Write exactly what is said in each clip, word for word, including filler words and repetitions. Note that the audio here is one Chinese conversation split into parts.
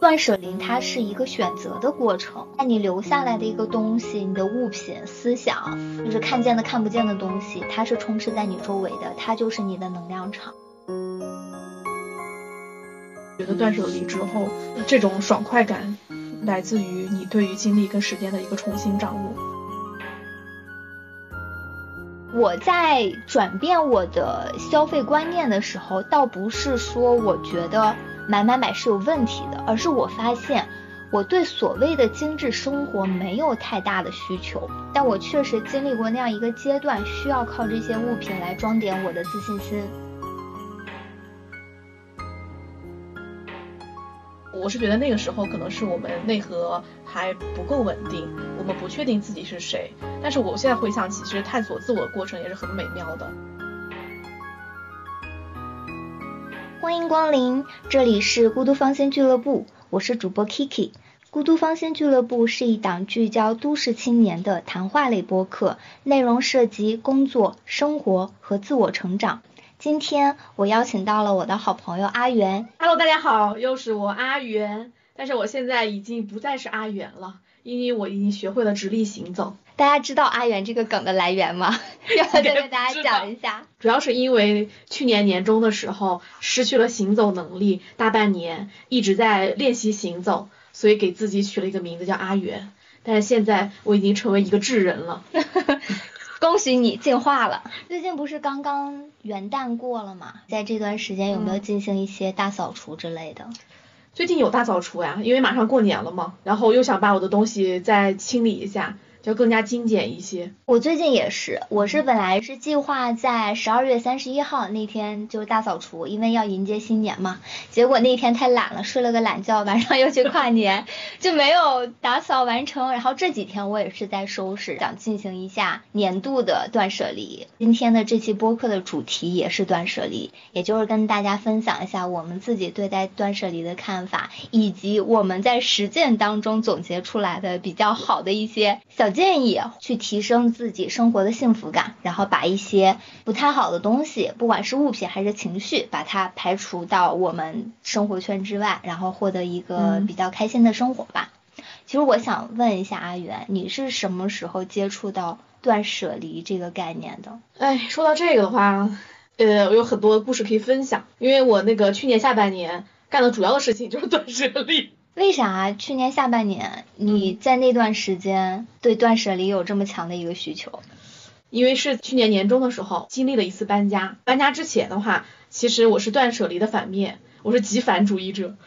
断舍离它是一个选择的过程，那你留下来的一个东西，你的物品、思想，就是看见的看不见的东西，它是充斥在你周围的，它就是你的能量场。 觉得断舍离之后，这种爽快感来自于你对于精力跟时间的一个重新掌握。 我在转变我的消费观念的时候，倒不是说我觉得买买买是有问题的，而是我发现我对所谓的精致生活没有太大的需求，但我确实经历过那样一个阶段，需要靠这些物品来装点我的自信心。 我是觉得那个时候可能是我们内核还不够稳定，我们不确定自己是谁，但是我现在回想起，其实探索自我的过程也是很美妙的。 欢迎光临，这里是孤独芳心俱乐部，我是主播 Kiki。 孤独芳心俱乐部是一档聚焦都市青年的谈话类播客，内容涉及工作、生活和自我成长。今天我邀请到了我的好朋友阿元。 Hello， 大家好，又是我阿元，但是我现在已经不再是阿元了，因为我已经学会了直立行走。 大家知道阿元这个梗的来源吗？要不要再跟大家讲一下？ 主要是因为去年年中的时候失去了行走能力，大半年一直在练习行走，所以给自己取了一个名字叫阿元，但是现在我已经成为一个智人了。 恭喜你进化了。最近不是刚刚元旦过了吗？在这段时间有没有进行一些大扫除之类的？ 嗯、最近有大扫除呀，因为马上过年了嘛，然后又想把我的东西再清理一下，就更加精简一些。 我最近也是，我是本来是计划在十二月三十一号那天就是大扫除，因为要迎接新年嘛。结果那天太懒了，睡了个懒觉，晚上又去跨年，就没有打扫完成。然后这几天我也是在收拾，想进行一下年度的断舍离。今天的这期播客的主题也是断舍离，也就是跟大家分享一下我们自己对待断舍离的看法，以及我们在实践当中总结出来的比较好的一些小建议，去提升自己生活的幸福感，然后把一些不太好的东西，不管是物品还是情绪，把它排除到我们生活圈之外，然后获得一个比较开心的生活吧。嗯、其实我想问一下阿元，你是什么时候接触到断舍离这个概念的？ 哎，说到这个的话，呃，我有很多故事可以分享，因为我那个去年下半年干的主要的事情就是断舍离。 为啥去年下半年你在那段时间对断舍离有这么强的一个需求？ 因为是去年年中的时候经历了一次搬家，搬家之前的话，其实我是断舍离的反面，我是极繁主义者。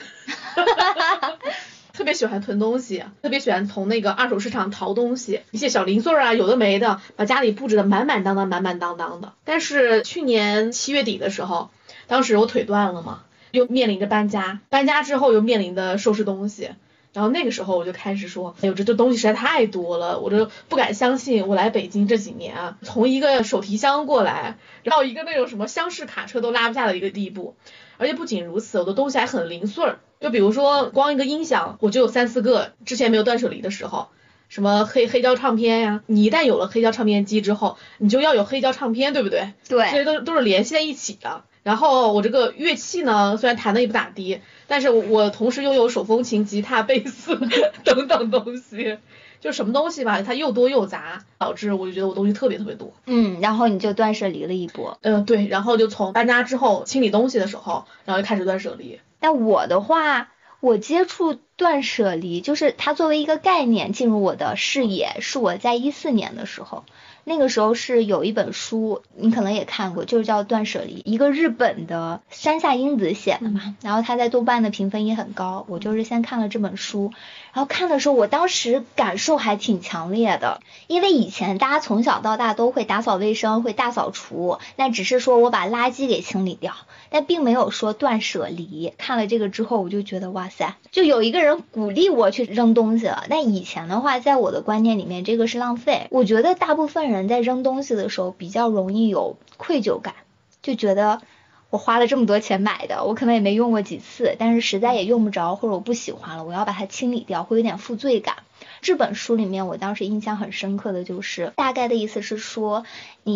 特别喜欢囤东西，特别喜欢从那个二手市场淘东西，一些小零碎啊，有的没的，把家里布置的满满当当满满当当的。但是去年七月底的时候，当时我腿断了嘛，又面临着搬家，搬家之后又面临着收拾东西，然后那个时候我就开始说，哎呦，这这东西实在太多了，我就不敢相信我来北京这几年啊，从一个手提箱过来，然后一个那种什么厢式卡车都拉不下的一个地步。而且不仅如此，我的东西还很零碎，就比如说光一个音响我就有三四个，之前没有断舍离的时候，什么黑黑胶唱片呀，你一旦有了黑胶唱片机之后，你就要有黑胶唱片，对不对？ 对， 这些都都是联系在一起的。然后我这个乐器呢，虽然弹的也不咋地，但是我我同时拥有手风琴、吉他、贝斯等等东西，就什么东西吧，它又多又杂，导致我就觉得我东西特别特别多。 嗯，然后你就断舍离了一波。 嗯、呃，对，然后就从搬家之后清理东西的时候，然后就开始断舍离。 但我的话，我接触断舍离，就是它作为一个概念进入我的视野，是我在一四年的时候。那个时候是有一本书，你可能也看过，就是叫《断舍离》，一个日本的山下英子写的嘛，嗯、然后他在豆瓣的评分也很高。我就是先看了这本书，然后看的时候，我当时感受还挺强烈的，因为以前大家从小到大都会打扫卫生，会大扫除，那只是说我把垃圾给清理掉，但并没有说断舍离。看了这个之后，我就觉得哇塞，就有一个人鼓励我去扔东西了。但以前的话，在我的观念里面，这个是浪费。我觉得大部分人人在扔东西的时候比较容易有愧疚感，就觉得我花了这么多钱买的，我可能也没用过几次，但是实在也用不着，或者我不喜欢了，我要把它清理掉，会有点负罪感。这本书里面我当时印象很深刻的就是大概的意思是说，你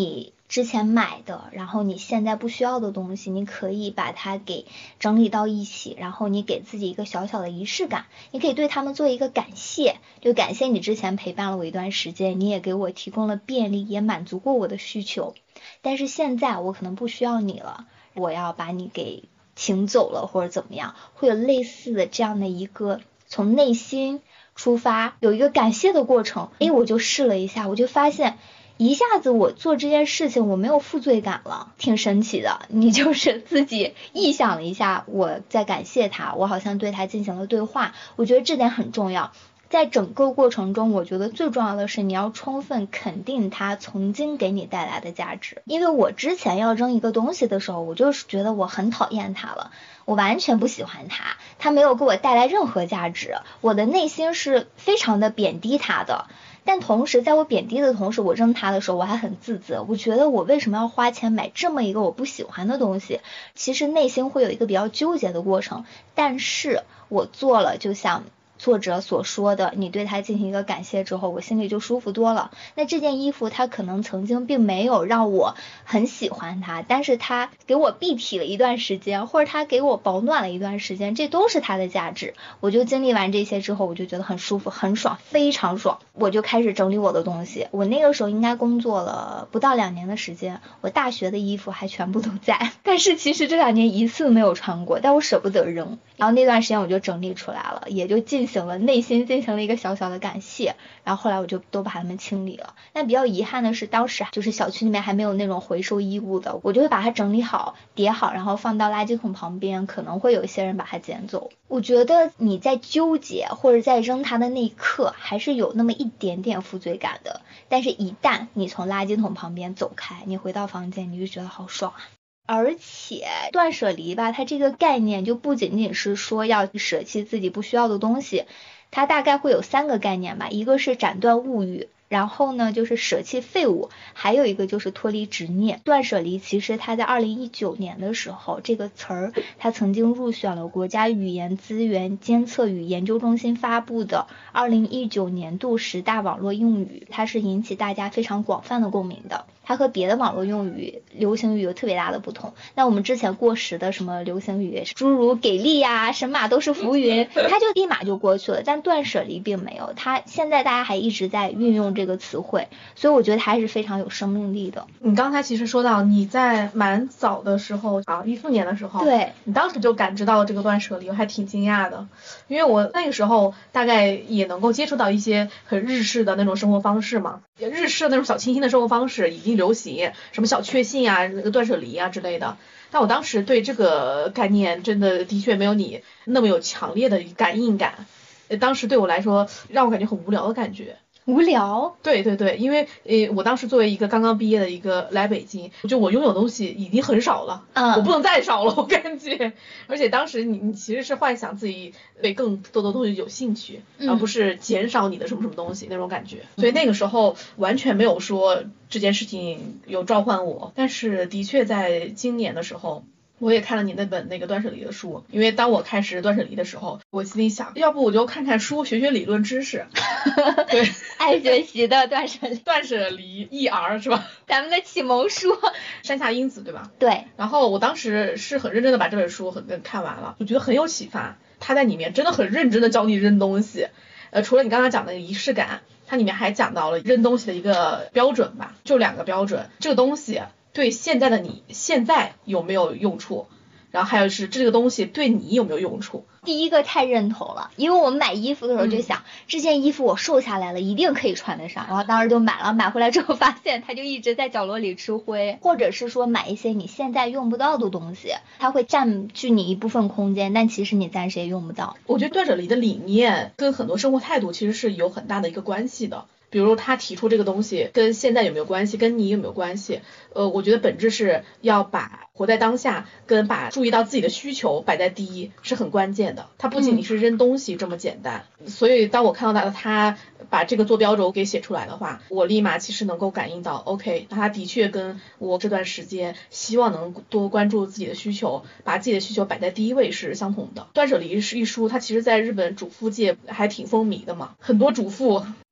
之前买的，然后你现在不需要的东西，你可以把它给整理到一起，然后你给自己一个小小的仪式感，你可以对他们做一个感谢，就感谢你之前陪伴了我一段时间，你也给我提供了便利，也满足过我的需求，但是现在我可能不需要你了，我要把你给请走了或者怎么样，会有类似的这样的一个从内心出发有一个感谢的过程。诶，我就试了一下，我就发现一下子我做这件事情我没有负罪感了，挺神奇的。你就是自己臆想了一下我在感谢他，我好像对他进行了对话，我觉得这点很重要。在整个过程中，我觉得最重要的是你要充分肯定它曾经给你带来的价值。因为我之前要扔一个东西的时候，我就是觉得我很讨厌它了，我完全不喜欢它，它没有给我带来任何价值，我的内心是非常的贬低它的。但同时在我贬低的同时，我扔它的时候我还很自责，我觉得我为什么要花钱买这么一个我不喜欢的东西，其实内心会有一个比较纠结的过程。但是我做了，就像作者所说的，你对他进行一个感谢之后，我心里就舒服多了。那这件衣服它可能曾经并没有让我很喜欢它，但是它给我蔽体了一段时间，或者它给我保暖了一段时间，这都是它的价值。我就经历完这些之后，我就觉得很舒服很爽，非常爽。我就开始整理我的东西。我那个时候应该工作了不到两年的时间，我大学的衣服还全部都在，但是其实这两年一次没有穿过，但我舍不得扔。然后那段时间我就整理出来了，也就进行了内心进行了一个小小的感谢，然后后来我就都把它们清理了。但比较遗憾的是，当时就是小区里面还没有那种回收衣物的，我就会把它整理好叠好，然后放到垃圾桶旁边，可能会有一些人把它捡走。我觉得你在纠结或者在扔它的那一刻还是有那么一点点负罪感的，但是一旦你从垃圾桶旁边走开，你回到房间，你就觉得好爽啊。而且断舍离吧，它这个概念就不仅仅是说要舍弃自己不需要的东西，它大概会有三个概念吧，一个是斩断物欲，然后呢就是舍弃废物，还有一个就是脱离执念。断舍离其实它在二零一九年的时候，这个词儿它曾经入选了国家语言资源监测与研究中心发布的二零一九年度十大网络用语，它是引起大家非常广泛的共鸣的。它和别的网络用语流行语有特别大的不同。那我们之前过时的什么流行语，诸如给力呀、神马都是浮云，它就立马就过去了。但断舍离并没有，它现在大家还一直在运用这个词汇，所以我觉得它还是非常有生命力的。 你刚才其实说到你在蛮早的时候啊，一四年的时候， 对， 你当时就感知到了这个断舍离，我还挺惊讶的，因为我那个时候大概也能够接触到一些很日式的那种生活方式嘛，日式的那种小清新的生活方式已经流行，什么小确幸啊，那个断舍离啊之类的。但我当时对这个概念真的的确没有你那么有强烈的感应感，当时对我来说让我感觉很无聊的感觉。 无聊？ 对对对，因为呃，我当时作为一个刚刚毕业的一个来北京，就我拥有的东西已经很少了， 嗯， 我不能再少了，我感觉。而且当时你你其实是幻想自己对更多的东西有兴趣， 嗯、 而不是减少你的什么什么东西那种感觉。所以那个时候完全没有说这件事情有召唤我，但是的确在今年的时候。我也看了你那本那个断舍离的书，因为当我开始断舍离的时候，我心里想，要不我就看看书，学学理论知识。对， 爱学习的断舍离， 断舍离 E R 是吧？ 咱们的启蒙书， 山下英子对吧？ 对。 然后我当时是很认真的把这本书很看完了，我觉得很有启发。他在里面真的很认真的教你扔东西，呃，除了你刚刚讲的仪式感，它里面还讲到了扔东西的一个标准吧，就两个标准，这个东西对现在的你现在有没有用处，然后还有是这个东西对你有没有用处。 第一个太认同了，因为我们买衣服的时候就想、嗯、这件衣服我瘦下来了一定可以穿得上，然后当时就买了，买回来之后发现它就一直在角落里吃灰，或者是说买一些你现在用不到的东西，它会占据你一部分空间，但其实你暂时也用不到。 我觉得断舍离的理念跟很多生活态度其实是有很大的一个关系的，比如他提出这个东西跟现在有没有关系，跟你有没有关系，呃，我觉得本质是要把活在当下跟把注意到自己的需求摆在第一是很关键的，它不仅仅是扔东西这么简单、嗯、所以当我看到他他把这个坐标轴给写出来的话，我立马其实能够感应到 OK， 那他的确跟我这段时间希望能多关注自己的需求，把自己的需求摆在第一位是相同的。断舍离是一书，它其实在日本主妇界还挺风靡的嘛，很多主妇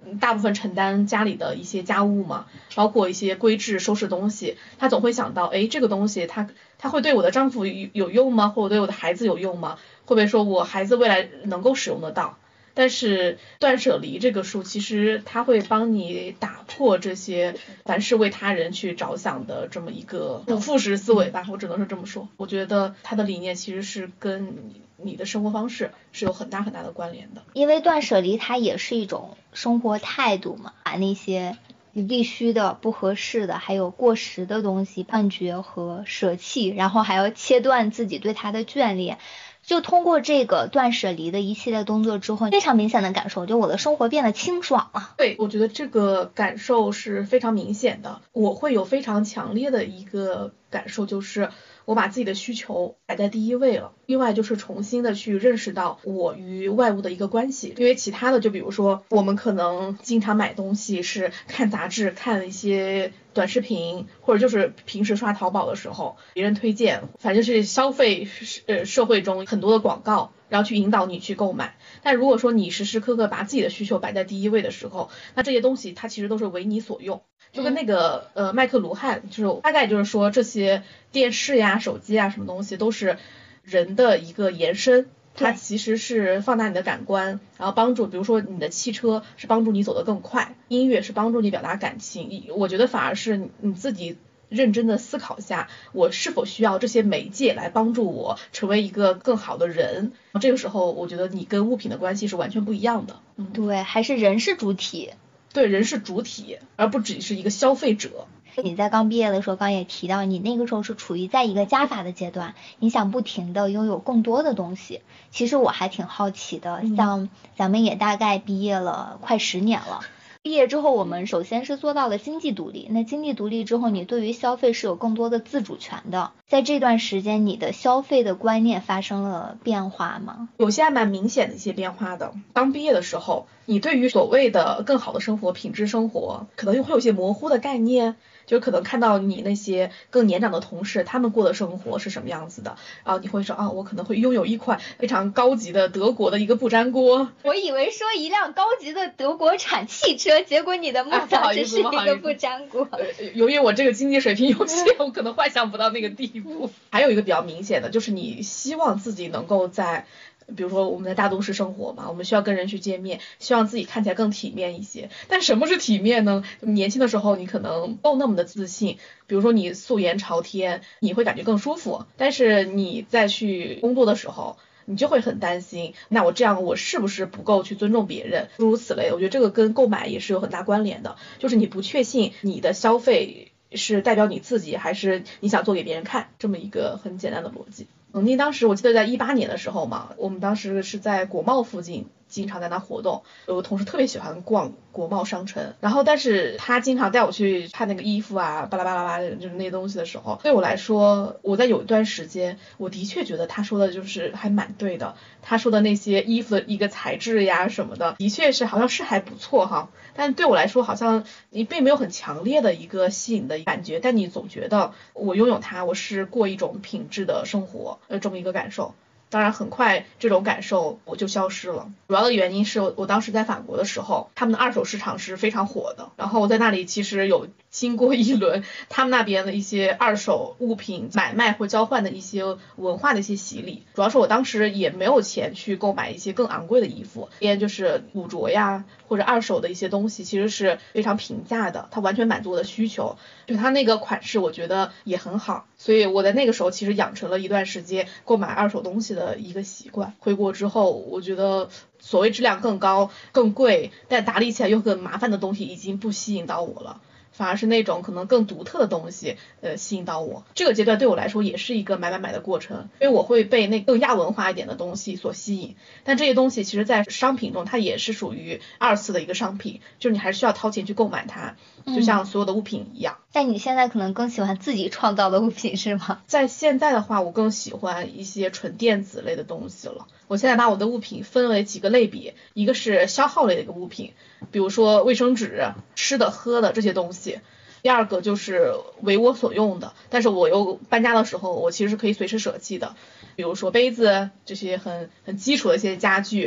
大部分承担家里的一些家务嘛，包括一些规制收拾东西，她总会想到，哎，这个东西它它会对我的丈夫有有用吗？或者对我的孩子有用吗？会不会说我孩子未来能够使用得到？但是断舍离这个书其实它会帮你打破这些凡是为他人去着想的这么一个复式思维吧，我只能是这么说。我觉得它的理念其实是跟你的生活方式是有很大很大的关联的。 因为断舍离它也是一种生活态度嘛，把那些不必须的、不合适的还有过时的东西断绝和舍弃，然后还要切断自己对它的眷恋。就通过这个断舍离的一系列动作之后，非常明显的感受，就我的生活变得清爽了。 对，我觉得这个感受是非常明显的。我会有非常强烈的一个感受，就是我把自己的需求摆在第一位了。另外就是重新的去认识到我与外物的一个关系，因为其他的就比如说我们可能经常买东西是看杂志、看一些短视频，或者就是平时刷淘宝的时候别人推荐，反正是消费呃社会中很多的广告，然后去引导你去购买。但如果说你时时刻刻把自己的需求摆在第一位的时候，那这些东西它其实都是为你所用。就跟那个呃麦克卢汉，就是大概就是说这些电视呀、手机啊什么东西都是人的一个延伸，它其实是放大你的感官，然后帮助，比如说你的汽车是帮助你走得更快，音乐是帮助你表达感情。我觉得反而是你自己认真的思考一下，我是否需要这些媒介来帮助我成为一个更好的人。这个时候我觉得你跟物品的关系是完全不一样的。 嗯，对，还是人是主体。 对，人是主体，而不只是一个消费者。 你在刚毕业的时候，刚也提到你那个时候是处于在一个加法的阶段，你想不停的拥有更多的东西。其实我还挺好奇的，像咱们也大概毕业了快十年了，毕业之后我们首先是做到了经济独立，那经济独立之后你对于消费是有更多的自主权的。在这段时间你的消费的观念发生了变化吗？ 有些还蛮明显的一些变化的。刚毕业的时候，你对于所谓的更好的生活、品质生活可能会有些模糊的概念，就可能看到你那些更年长的同事他们过的生活是什么样子的，然后你会说啊，我可能会拥有一款非常高级的德国的一个不粘锅。 我以为说一辆高级的德国产汽车，结果你的梦想只是一个不粘锅。 呃，由于我这个经济水平有限，我可能幻想不到那个地步。还有一个比较明显的就是你希望自己能够在比如说我们在大都市生活嘛，我们需要跟人去见面，希望自己看起来更体面一些。但什么是体面呢？年轻的时候你可能不那么的自信，比如说你素颜朝天，你会感觉更舒服。但是你再去工作的时候，你就会很担心，那我这样我是不是不够去尊重别人，诸如此类。我觉得这个跟购买也是有很大关联的，就是你不确信你的消费是代表你自己，还是你想做给别人看，这么一个很简单的逻辑。曾经当时我记得在一八年的时候嘛，我们当时是在国贸附近经常在那活动，有个同事特别喜欢逛国贸商城，然后但是他经常带我去看那个衣服啊，巴拉巴拉巴拉，就是那些东西的时候，对我来说，我在有一段时间我的确觉得他说的就是还蛮对的，他说的那些衣服的一个材质呀什么的，的确是好像是还不错哈，但对我来说好像你并没有很强烈的一个吸引的感觉，但你总觉得我拥有它，我是过一种品质的生活，呃，这么一个感受。当然很快这种感受我就消失了，主要的原因是我当时在法国的时候，他们的二手市场是非常火的，然后我在那里其实有经过一轮他们那边的一些二手物品买卖或交换的一些文化的一些洗礼。主要是我当时也没有钱去购买一些更昂贵的衣服，因为就是古着呀或者二手的一些东西其实是非常平价的，它完全满足我的需求，就它那个款式我觉得也很好，所以我在那个时候其实养成了一段时间购买二手东西的一个习惯。回国之后我觉得所谓质量更高更贵但打理起来又很麻烦的东西已经不吸引到我了，反而是那种可能更独特的东西呃吸引到我。这个阶段对我来说也是一个买买买的过程，因为我会被那更亚文化一点的东西所吸引，但这些东西其实在商品中它也是属于二次的一个商品，就是你还是需要掏钱去购买它，就像所有的物品一样。 嗯，但你现在可能更喜欢自己创造的物品是吗？ 在现在的话我更喜欢一些纯电子类的东西了。我现在把我的物品分为几个类别，一个是消耗类的一个物品，比如说卫生纸、吃的喝的这些东西，第二个就是为我所用的，但是我又搬家的时候我其实是可以随时舍弃的，比如说杯子，这些很很基础的一些家具，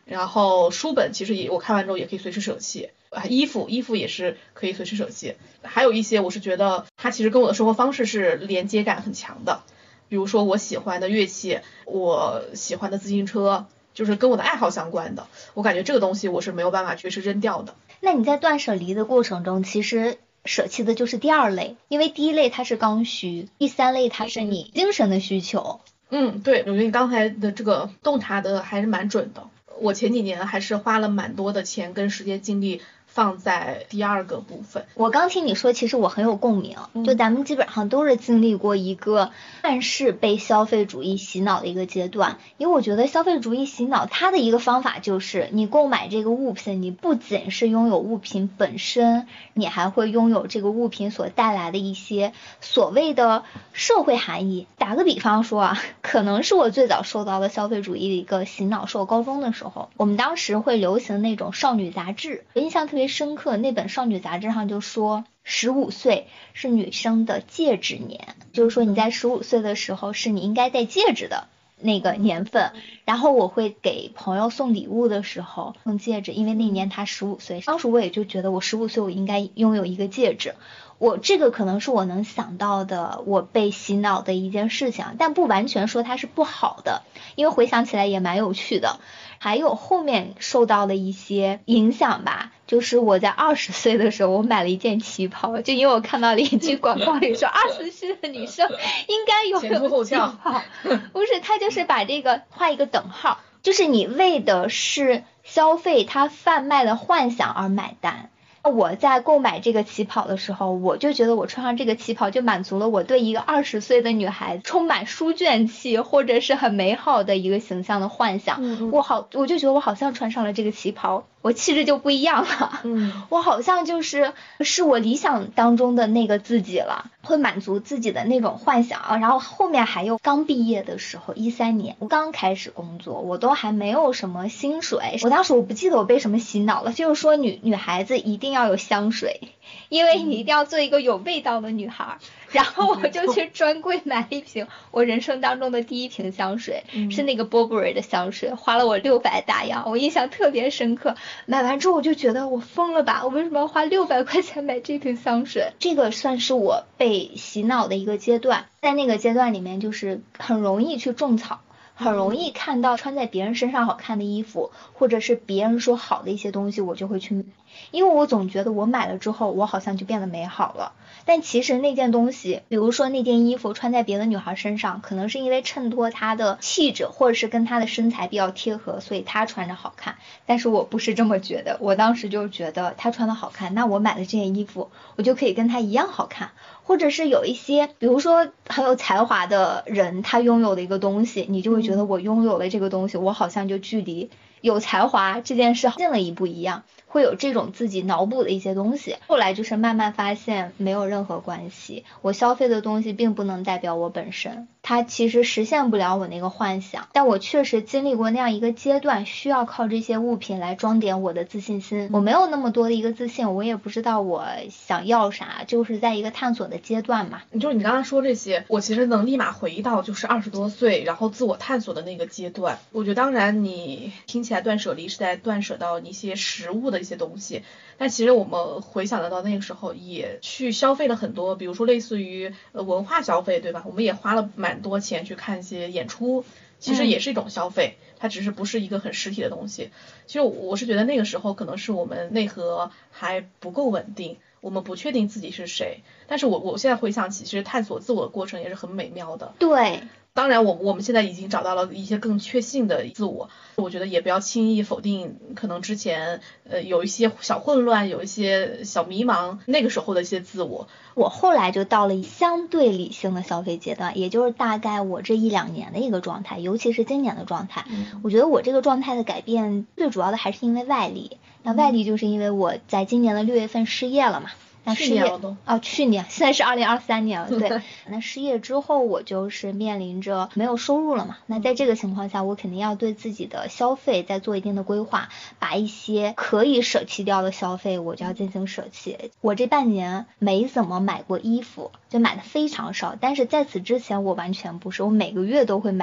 然后书本其实也我看完之后也可以随时舍弃，衣服衣服也是可以随时舍弃，还有一些我是觉得它其实跟我的生活方式是连接感很强的，比如说我喜欢的乐器，我喜欢的自行车，就是跟我的爱好相关的，我感觉这个东西我是没有办法随时扔掉的。 那你在断舍离的过程中，其实舍弃的就是第二类，因为第一类它是刚需，第三类它是你精神的需求。 嗯，对，我觉得你刚才的这个洞察的还是蛮准的。我前几年还是花了蛮多的钱跟时间精力放在第二个部分。 我刚听你说，其实我很有共鸣， 嗯、 就咱们基本上都是经历过一个看似被消费主义洗脑的一个阶段，因为我觉得消费主义洗脑它的一个方法就是你购买这个物品，你不仅是拥有物品本身，你还会拥有这个物品所带来的一些所谓的社会含义。打个比方说啊，可能是我最早受到的消费主义的一个洗脑，是我高中的时候，我们当时会流行那种少女杂志，我印象特别深刻，那本少女杂志上就说十五岁是女生的戒指年，就是说你在十五岁的时候是你应该戴戒指的那个年份，然后我会给朋友送礼物的时候送戒指，因为那年他十五岁，当时我也就觉得我十五岁我应该拥有一个戒指，我这个可能是我能想到的我被洗脑的一件事情，但不完全说它是不好的，因为回想起来也蛮有趣的。还有后面受到的一些影响吧，就是我在二十岁的时候，我买了一件旗袍，就因为我看到了一句广告里说二十岁的女生应该有前凸后翘， 不是，他就是把这个画一个等号，就是你为的是消费他贩卖的幻想而买单。我在购买这个旗袍的时候，我就觉得我穿上这个旗袍就满足了我对一个二十岁的女孩充满书卷气或者是很美好的一个形象的幻想。 嗯、 我好，我就觉得我好像穿上了这个旗袍，我气质就不一样了。 嗯， 我好像就是是我理想当中的那个自己了，会满足自己的那种幻想。然后后面还有刚毕业的时候，一三年我刚开始工作，我都还没有什么薪水。我当时我不记得我被什么洗脑了，就是说女女孩子一定要有香水，因为你一定要做一个有味道的女孩。然后我就去专柜买了一瓶我人生当中的第一瓶香水， 嗯、 是那个 Burberry 的香水，花了我六百大洋，我印象特别深刻。买完之后我就觉得我疯了吧，我为什么要花六百块钱买这瓶香水？这个算是我被洗脑的一个阶段，在那个阶段里面就是很容易去种草，很容易看到穿在别人身上好看的衣服，或者是别人说好的一些东西，我就会去买，因为我总觉得我买了之后我好像就变得美好了。但其实那件东西，比如说那件衣服穿在别的女孩身上，可能是因为衬托她的气质，或者是跟她的身材比较贴合，所以她穿着好看。但是我不是这么觉得，我当时就觉得她穿的好看，那我买了这件衣服，我就可以跟她一样好看。或者是有一些比如说很有才华的人，他拥有的一个东西，你就会觉得我拥有了这个东西，我好像就距离有才华这件事近了一步一样，会有这种自己脑补的一些东西。后来就是慢慢发现没有任何关系，我消费的东西并不能代表我本身，它其实实现不了我那个幻想，但我确实经历过那样一个阶段，需要靠这些物品来装点我的自信心。我没有那么多的一个自信，我也不知道我想要啥，就是在一个探索的阶段嘛。 就是你刚才说这些，我其实能立马回到就是二十多岁然后自我探索的那个阶段。我觉得当然你听起来断舍离是在断舍到一些实物的一些东西，但其实我们回想得到那个时候也去消费了很多，比如说类似于呃文化消费，对吧？我们也花了蛮多钱去看一些演出，其实也是一种消费、嗯、它只是不是一个很实体的东西。其实我是觉得那个时候可能是我们内核还不够稳定，我们不确定自己是谁，但是我我现在回想起，其实探索自我的过程也是很美妙的。 对， 当然我我们现在已经找到了一些更确信的自我，我觉得也不要轻易否定可能之前呃有一些小混乱，有一些小迷茫，那个时候的一些自我。 我后来就到了相对理性的消费阶段，也就是大概我这一两年的一个状态，尤其是今年的状态、嗯、我觉得我这个状态的改变最主要的还是因为外力。那外力就是因为我在今年的六月份失业了嘛，那失业哦，去年现在是二零二三年了，对。那失业之后我就是面临着没有收入了嘛，那在这个情况下我肯定要对自己的消费再做一定的规划，把一些可以舍弃掉的消费我就要进行舍弃。我这半年没怎么买过衣服，就买的非常少，但是在此之前我完全不是，我每个月都会买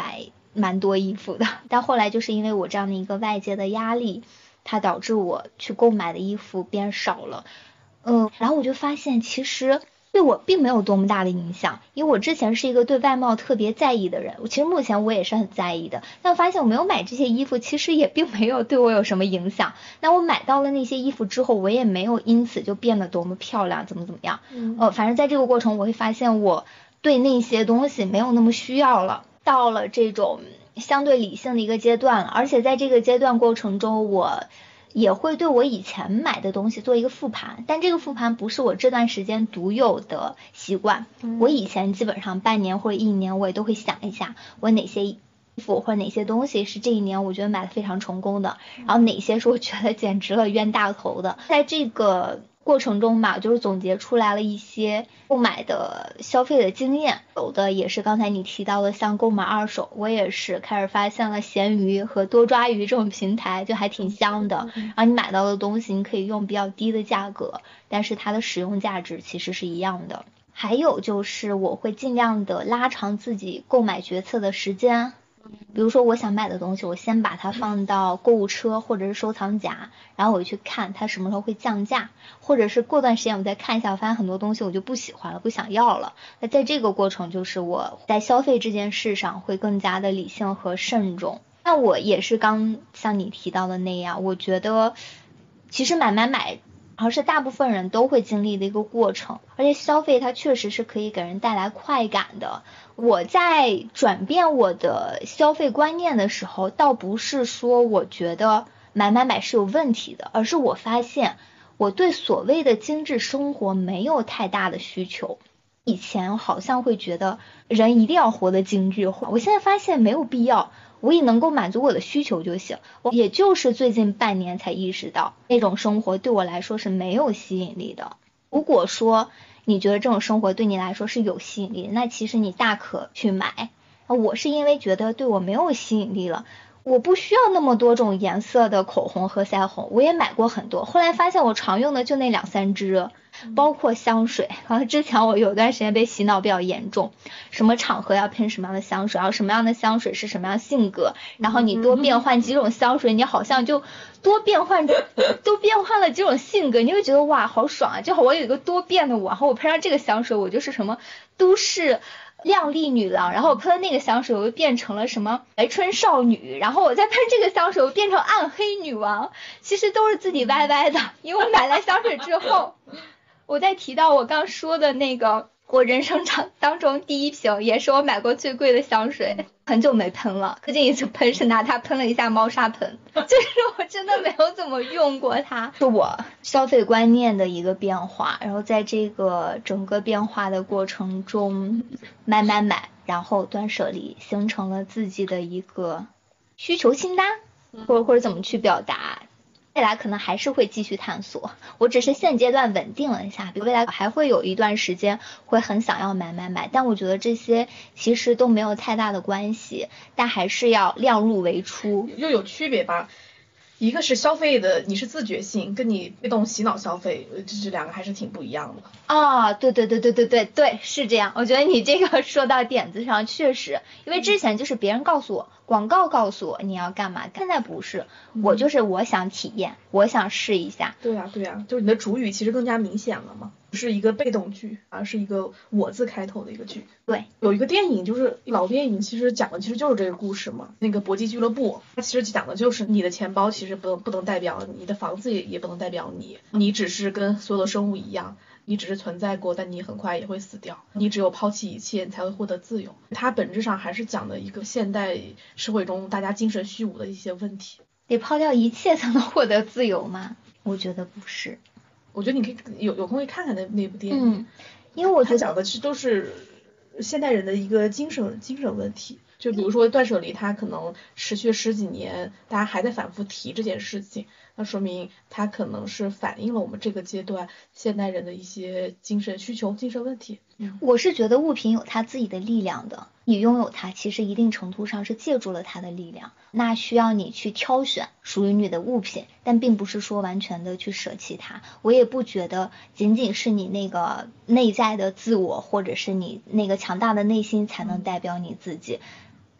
蛮多衣服的，但后来就是因为我这样的一个外界的压力，它导致我去购买的衣服变少了。嗯，然后我就发现其实对我并没有多么大的影响，因为我之前是一个对外貌特别在意的人，其实目前我也是很在意的，但我发现我没有买这些衣服其实也并没有对我有什么影响。那我买到了那些衣服之后，我也没有因此就变得多么漂亮怎么怎么样。嗯，呃，反正在这个过程我会发现我对那些东西没有那么需要了，到了这种相对理性的一个阶段了，而且在这个阶段过程中我也会对我以前买的东西做一个复盘，但这个复盘不是我这段时间独有的习惯，我以前基本上半年或者一年我也都会想一下我哪些衣服或者哪些东西是这一年我觉得买的非常成功的，然后哪些是我觉得简直了冤大头的。在这个过程中嘛，就是总结出来了一些购买的消费的经验，有的也是刚才你提到的像购买二手，我也是开始发现了闲鱼和多抓鱼这种平台就还挺香的，然后你买到的东西你可以用比较低的价格，但是它的使用价值其实是一样的。还有就是我会尽量的拉长自己购买决策的时间，比如说我想买的东西，我先把它放到购物车或者是收藏夹，然后我去看它什么时候会降价，或者是过段时间我再看一下，我发现很多东西我就不喜欢了，不想要了。那在这个过程就是我在消费这件事上会更加的理性和慎重。那我也是刚像你提到的那样，我觉得其实买买买而是大部分人都会经历的一个过程，而且消费它确实是可以给人带来快感的。我在转变我的消费观念的时候，倒不是说我觉得买买买是有问题的，而是我发现我对所谓的精致生活没有太大的需求。以前好像会觉得人一定要活得精致化，我现在发现没有必要，我也能够满足我的需求就行。我也就是最近半年才意识到那种生活对我来说是没有吸引力的。如果说你觉得这种生活对你来说是有吸引力的，那其实你大可去买。我是因为觉得对我没有吸引力了，我不需要那么多种颜色的口红和腮红，我也买过很多，后来发现我常用的就那两三支，包括香水。然后之前我有段时间被洗脑比较严重，什么场合要喷什么样的香水，然后什么样的香水是什么样的性格，然后你多变换几种香水，你好像就多变换都变换了几种性格，你会觉得哇好爽啊，就好我有一个多变的我，然后我喷上这个香水我就是什么都市靓丽女郎，然后我喷了那个香水我又变成了什么白春少女，然后我再喷这个香水我变成暗黑女王，其实都是自己歪歪的。因为我买了香水之后，我再提到我刚说的那个我人生当当中第一瓶也是我买过最贵的香水，很久没喷了，最近一次喷是拿它喷了一下猫砂盆，就是我真的没有怎么用过它。是我消费观念的一个变化，然后在这个整个变化的过程中买买买，然后断舍离，形成了自己的一个需求清单，或者或者怎么去表达，未来可能还是会继续探索，我只是现阶段稳定了一下，比如未来还会有一段时间会很想要买买买，但我觉得这些其实都没有太大的关系，但还是要量入为出， 又有区别吧。一个是消费的你是自觉性，跟你被动洗脑消费，这这两个还是挺不一样的。 哦，对对对对对对对，是这样。我觉得你这个说到点子上，确实，因为之前就是别人告诉我，广告告诉我你要干嘛，现在不是，我就是我想体验，我想试一下。 对呀对呀，就是你的主语其实更加明显了嘛，不是一个被动句，而是一个我字开头的一个句。 对， 有一个电影就是老电影，其实讲的其实就是这个故事嘛。那个搏击俱乐部，它其实讲的就是你的钱包其实不能不能代表你的房子也也不能代表你，你只是跟所有的生物一样。你只是存在过，但你很快也会死掉。你只有抛弃一切，你才会获得自由。它本质上还是讲的一个现代社会中大家精神虚无的一些问题。 得抛掉一切才能获得自由吗？我觉得不是。 我觉得你可以有有空可以看看那那部电影， 嗯，因为我觉得讲的是都是现代人的一个精神精神问题。就比如说断舍离，它可能持续十几年，大家还在反复提这件事情，那说明它可能是反映了我们这个阶段现代人的一些精神需求、精神问题。 我是觉得物品有它自己的力量的，你拥有它，其实一定程度上是借助了它的力量，那需要你去挑选属于你的物品，但并不是说完全的去舍弃它。我也不觉得仅仅是你那个内在的自我，或者是你那个强大的内心才能代表你自己。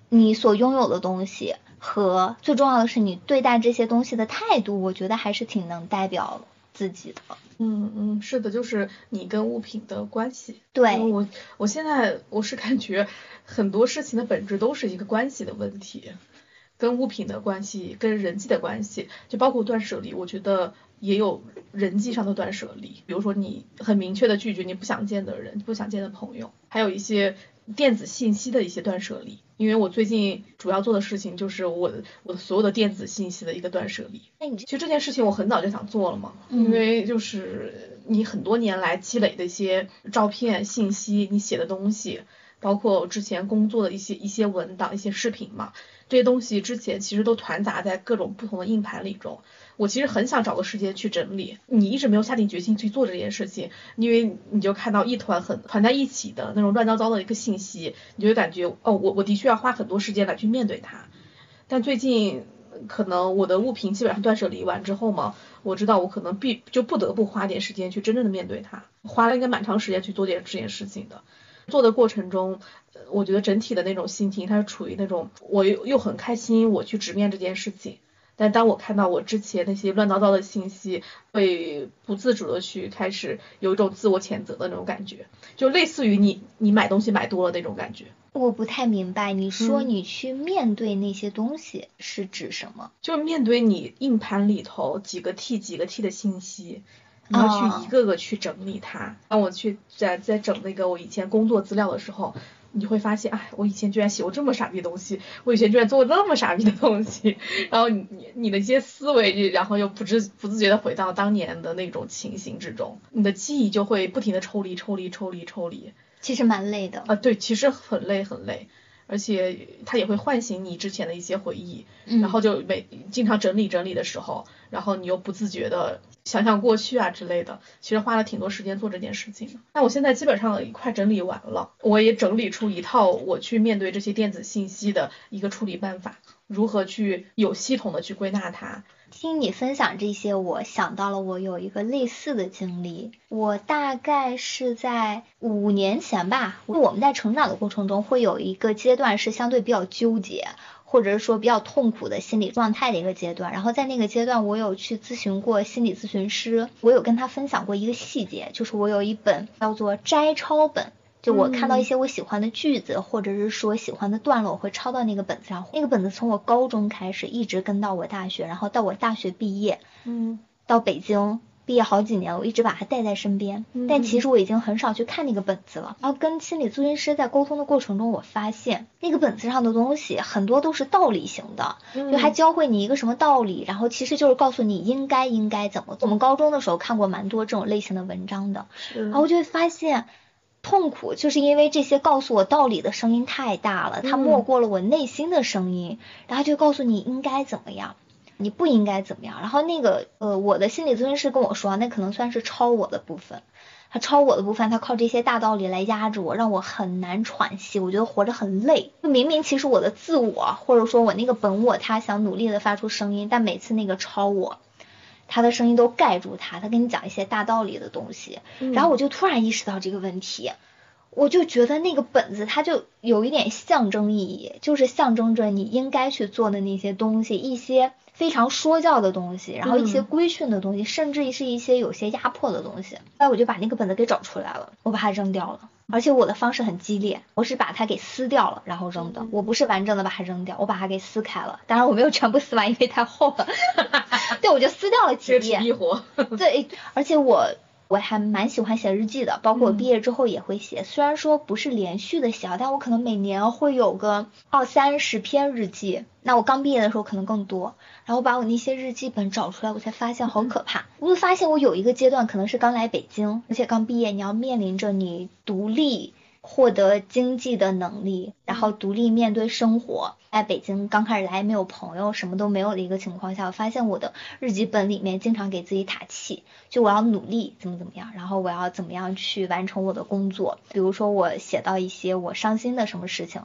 你所拥有的东西和最重要的是你对待这些东西的态度，我觉得还是挺能代表自己的。 嗯嗯，是的，就是你跟物品的关系。 对， 因为我我现在我是感觉很多事情的本质都是一个关系的问题，跟物品的关系，跟人际的关系，就包括断舍离，我觉得也有人际上的断舍离。比如说你很明确的拒绝你不想见的人，不想见的朋友，还有一些电子信息的一些断舍离。因为我最近主要做的事情就是我我所有的电子信息的一个断舍离。 那你其实这件事情我很早就想做了嘛， 嗯、 因为就是你很多年来积累的一些照片、信息，你写的东西，包括之前工作的一些一些文档、一些视频嘛，这些东西之前其实都团杂在各种不同的硬盘里中。我其实很想找个时间去整理，你一直没有下定决心去做这件事情，因为你就看到一团很团在一起的那种乱糟糟的一个信息，你就会感觉哦，我我的确要花很多时间来去面对它。但最近可能我的物品基本上断舍离完之后嘛，我知道我可能必就不得不花点时间去真正的面对它，花了应该蛮长时间去做点这件事情的。做的过程中，我觉得整体的那种心情，它是处于那种我又又很开心，我去直面这件事情。但当我看到我之前那些乱糟糟的信息，会不自主的去开始有一种自我谴责的那种感觉，就类似于你你买东西买多了那种感觉。 我不太明白，你说嗯你去面对那些东西是指什么？ 就是面对你硬盘里头几个 T 几个 T 的信息，你要去一个个去整理它。当我去在在整那个我以前工作资料的时候，你会发现，哎，我以前居然写过这么傻逼的东西，我以前居然做过那么傻逼的东西，然后你你你的一些思维，然后又不知不自觉的回到当年的那种情形之中，你的记忆就会不停的抽离抽离抽离抽离。 其实蛮累的啊，对，其实很累很累，而且它也会唤醒你之前的一些回忆， 嗯、 然后就每经常整理整理的时候，然后你又不自觉的想想过去啊之类的，其实花了挺多时间做这件事情的。那我现在基本上快整理完了，我也整理出一套我去面对这些电子信息的一个处理办法，如何去有系统的去归纳它。 听你分享这些，我想到了我有一个类似的经历。我大概是在五年前吧，我们在成长的过程中会有一个阶段是相对比较纠结，或者是说比较痛苦的心理状态的一个阶段。然后在那个阶段，我有去咨询过心理咨询师，我有跟他分享过一个细节，就是我有一本叫做摘抄本。就我看到一些我喜欢的句子，嗯、或者是说喜欢的段落，我会抄到那个本子上。那个本子从我高中开始，一直跟到我大学，然后到我大学毕业， 嗯， 到北京毕业好几年，我一直把它带在身边。 嗯、 但其实我已经很少去看那个本子了。然后跟心理咨询师在沟通的过程中，我发现那个本子上的东西很多都是道理型的， 嗯、 就还教会你一个什么道理，然后其实就是告诉你应该应该怎么做。我们高中的时候看过蛮多这种类型的文章的，然后我就会发现。痛苦就是因为这些告诉我道理的声音太大了，它没过了我内心的声音，嗯、然后就告诉你应该怎么样，你不应该怎么样。然后那个呃，我的心理咨询师跟我说，那可能算是超我的部分，他超我的部分，他靠这些大道理来压着我，让我很难喘息，我觉得活着很累。明明其实我的自我或者说我那个本我，他想努力的发出声音，但每次那个超我。他的声音都盖住他，他跟你讲一些大道理的东西， 嗯、 然后我就突然意识到这个问题，我就觉得那个本子它就有一点象征意义，就是象征着你应该去做的那些东西，一些非常说教的东西，然后一些规训的东西，嗯、甚至是一些有些压迫的东西。后来我就把那个本子给找出来了，我把它扔掉了。而且我的方式很激烈，我是把它给撕掉了，然后扔的。我不是完整的把它扔掉，我把它给撕开了。当然我没有全部撕完，因为太厚了。对，我就撕掉了几页。 体力活。 对，而且我我还蛮喜欢写日记的，包括我毕业之后也会写。嗯、虽然说不是连续的写，但我可能每年会有个二三十篇日记。那我刚毕业的时候可能更多。然后把我那些日记本找出来，我才发现好可怕。我就发现我有一个阶段可能是刚来北京，而且刚毕业，你要面临着你独立获得经济的能力，然后独立面对生活。在北京刚开始来没有朋友，什么都没有的一个情况下，我发现我的日记本里面经常给自己打气，就我要努力怎么怎么样，然后我要怎么样去完成我的工作。比如说我写到一些我伤心的什么事情，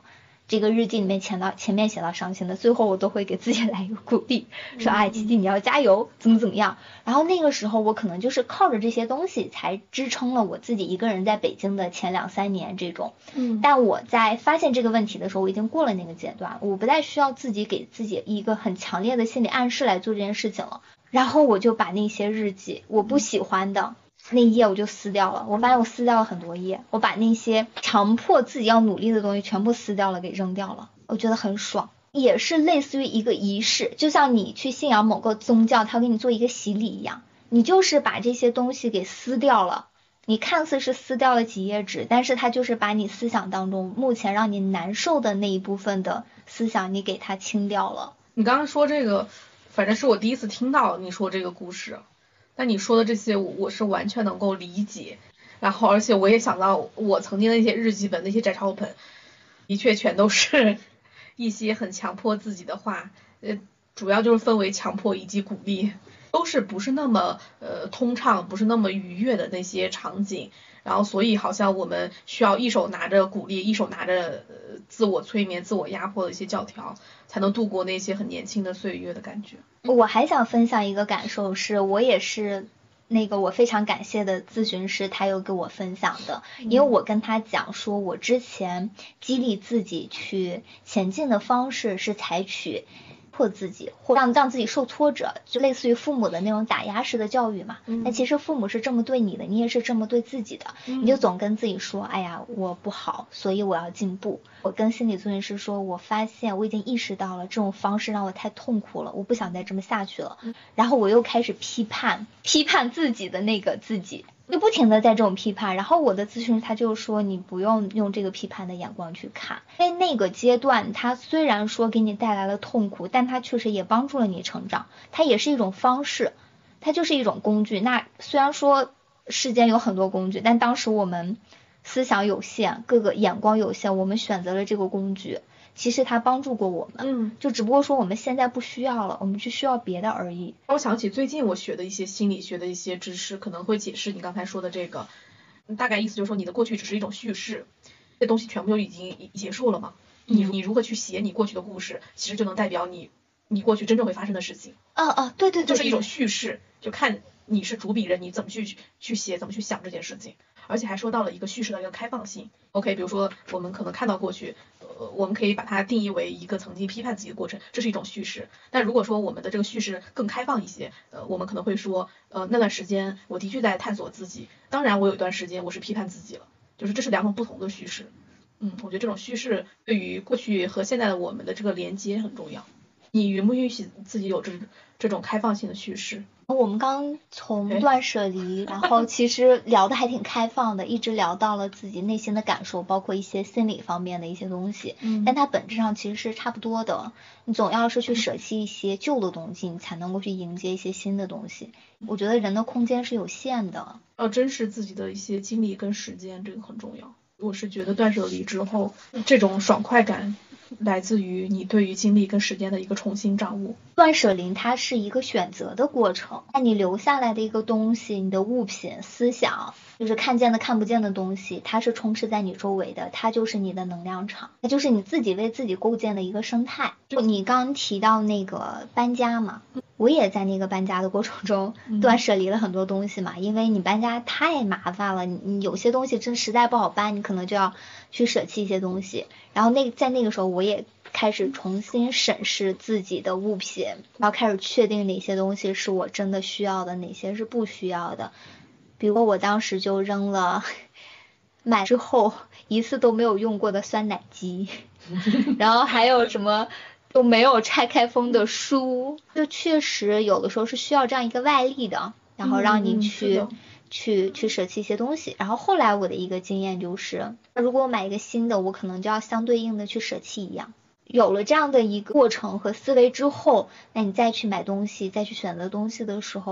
这个日记里面前到前面写到伤心的，最后我都会给自己来一个鼓励，说哎，琪琪你要加油，怎么怎么样。然后那个时候我可能就是靠着这些东西才支撑了我自己一个人在北京的前两三年这种。 嗯， 但我在发现这个问题的时候，我已经过了那个阶段，我不再需要自己给自己一个很强烈的心理暗示来做这件事情了。然后我就把那些日记我不喜欢的那一页我就撕掉了，我发现我撕掉了很多页，我把那些强迫自己要努力的东西全部撕掉了，给扔掉了，我觉得很爽，也是类似于一个仪式，就像你去信仰某个宗教，他给你做一个洗礼一样，你就是把这些东西给撕掉了，你看似是撕掉了几页纸，但是它就是把你思想当中目前让你难受的那一部分的思想你给它清掉了。 你刚刚说这个反正是我第一次听到你说这个故事，但你说的这些我是完全能够理解，然后而且我也想到我曾经的那些日记本那些摘抄本的确全都是一些很强迫自己的话，呃，主要就是分为强迫以及鼓励，都是不是那么呃通畅不是那么愉悦的那些场景，然后所以好像我们需要一手拿着鼓励一手拿着、呃、自我催眠自我压迫的一些教条，才能度过那些很年轻的岁月的感觉。 我还想分享一个感受，是我也是那个我非常感谢的咨询师他又给我分享的，因为我跟他讲说我之前激励自己去前进的方式是采取迫自己或让让自己受挫折，就类似于父母的那种打压式的教育嘛。那、嗯、其实父母是这么对你的，你也是这么对自己的、嗯、你就总跟自己说哎呀我不好所以我要进步。我跟心理咨询师说我发现我已经意识到了这种方式让我太痛苦了，我不想再这么下去了、嗯、然后我又开始批判批判自己的那个自己，就不停的在这种批判，然后我的咨询他就说你不用用这个批判的眼光去看，因为那个阶段他虽然说给你带来了痛苦，但他确实也帮助了你成长，它也是一种方式，它就是一种工具。那虽然说世间有很多工具，但当时我们思想有限，各个眼光有限，我们选择了这个工具，其实它帮助过我们，嗯，就只不过说我们现在不需要了，我们就需要别的而已。 我想起最近我学的一些心理学的一些知识，可能会解释你刚才说的这个，大概意思就是说你的过去只是一种叙事，这东西全部就已经结束了嘛，你你如何去写你过去的故事，其实就能代表你你过去真正会发生的事情。 啊啊，对对对， 就是一种叙事，就看你是主笔人，你怎么去去写，怎么去想这件事情。而且还说到了一个叙事的一个开放性。OK， 比如说我们可能看到过去，呃，我们可以把它定义为一个曾经批判自己的过程，这是一种叙事。但如果说我们的这个叙事更开放一些，呃，我们可能会说，呃，那段时间我的确在探索自己，当然我有一段时间我是批判自己了，就是这是两种不同的叙事。嗯，我觉得这种叙事对于过去和现在的我们的这个连接很重要。你允不允许自己有这这种开放性的叙事？ 我们刚从断舍离，然后其实聊得还挺开放的，一直聊到了自己内心的感受，包括一些心理方面的一些东西。嗯，但它本质上其实是差不多的。你总要是去舍弃一些旧的东西，你才能够去迎接一些新的东西。我觉得人的空间是有限的， 要珍视自己的一些精力跟时间，这个很重要。我是觉得断舍离之后，这种爽快感来自于你对于精力跟时间的一个重新掌握。 断舍离它是一个选择的过程，那你留下来的一个东西，你的物品、思想，就是看见的看不见的东西，它是充斥在你周围的，它就是你的能量场，它就是你自己为自己构建的一个生态。就你刚提到那个搬家嘛，我也在那个搬家的过程中断舍离了很多东西嘛，因为你搬家太麻烦了，你有些东西真实在不好搬，你可能就要去舍弃一些东西。然后那在那个时候我也开始重新审视自己的物品，然后开始确定哪些东西是我真的需要的，哪些是不需要的。比如我当时就扔了买之后一次都没有用过的酸奶机然后还有什么都没有拆开封的书，就确实有的时候是需要这样一个外力的，然后让你去、嗯、去去舍弃一些东西。然后后来我的一个经验就是，如果我买一个新的，我可能就要相对应的去舍弃一样。有了这样的一个过程和思维之后，那你再去买东西再去选择东西的时候